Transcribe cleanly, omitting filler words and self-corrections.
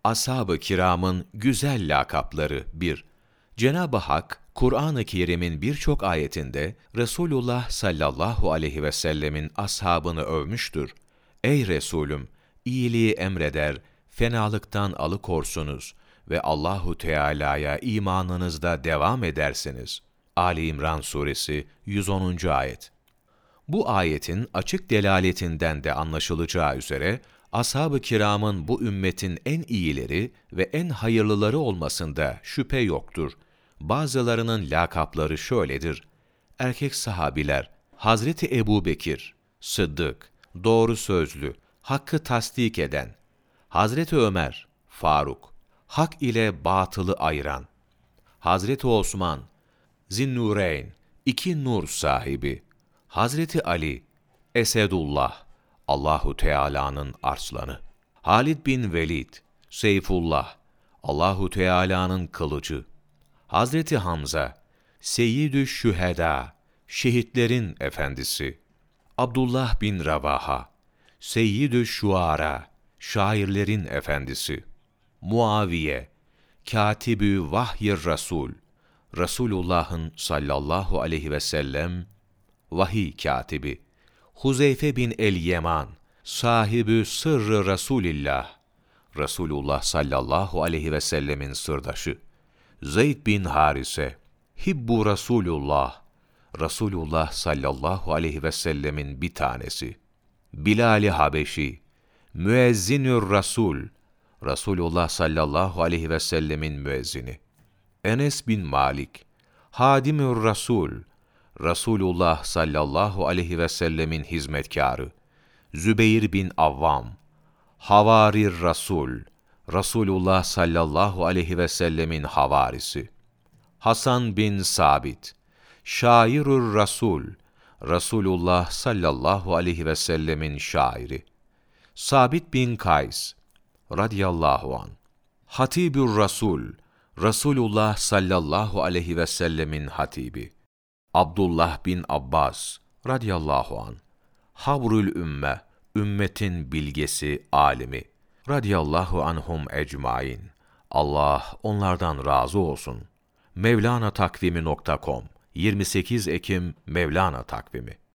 Ashab-ı kiramın güzel lakapları 1. Cenab-ı Hak, Kur'an-ı Kerim'in birçok ayetinde Resulullah sallallahu aleyhi ve sellemin ashabını övmüştür. Ey Resulüm! İyiliği emreder, fenalıktan alıkorsunuz ve Allahu Teala'ya imanınızda devam edersiniz. Ali İmran Suresi 110. ayet. Bu ayetin açık delaletinden de anlaşılacağı üzere, ashab-ı kiramın bu ümmetin en iyileri ve en hayırlıları olmasında şüphe yoktur. Bazılarının lakapları şöyledir: erkek sahabiler, Hazreti Ebubekir, Sıddık, doğru sözlü, hakkı tasdik eden; Hazreti Ömer, Faruk, hak ile batılı ayıran; Hazreti Osman, Zinnureyn, iki nur sahibi; Hazreti Ali, Esedullah, Allahu Teala'nın arslanı; Halid bin Velid, Seyfullah, Allahu Teala'nın kılıcı; Hazreti Hamza, Seyyidü Şühedâ, şehitlerin efendisi; Abdullah bin Ravaha, Seyyidü Şuara, şairlerin efendisi; Muaviye, Katibü Vahyir Rasul, Resulullah'ın sallallahu aleyhi ve sellem vahiy katibi; Huzeyfe bin el-Yeman, sahibü sırrı Resulillah, Resulullah sallallahu aleyhi ve sellemin sırdaşı; Zeyd bin Harise, Hibbu Resulullah, Resulullah sallallahu aleyhi ve sellemin bir tanesi; Bilal-i Habeşi, Müezzinür Rasul, Resulullah sallallahu aleyhi ve sellemin müezzini; Enes bin Malik, Hadimür Rasul, Resulullah sallallahu aleyhi ve sellemin hizmetkârı; Zübeyir bin Avvam, Havarir Rasul, Resulullah sallallahu aleyhi ve sellemin havarisi; Hasan bin Sabit, Şairür Rasul, Resulullah sallallahu aleyhi ve sellemin şairi; Sabit bin Kays, radıyallahu an, Hatibür Rasul, Resulullah sallallahu aleyhi ve sellemin hatibi; Abdullah bin Abbas, radıyallahu an, Habrül Ümme, ümmetin bilgesi, alimi, radıyallahu anhum ecmain. Allah onlardan razı olsun. Mevlana Takvimi.com 28 Ekim Mevlana Takvimi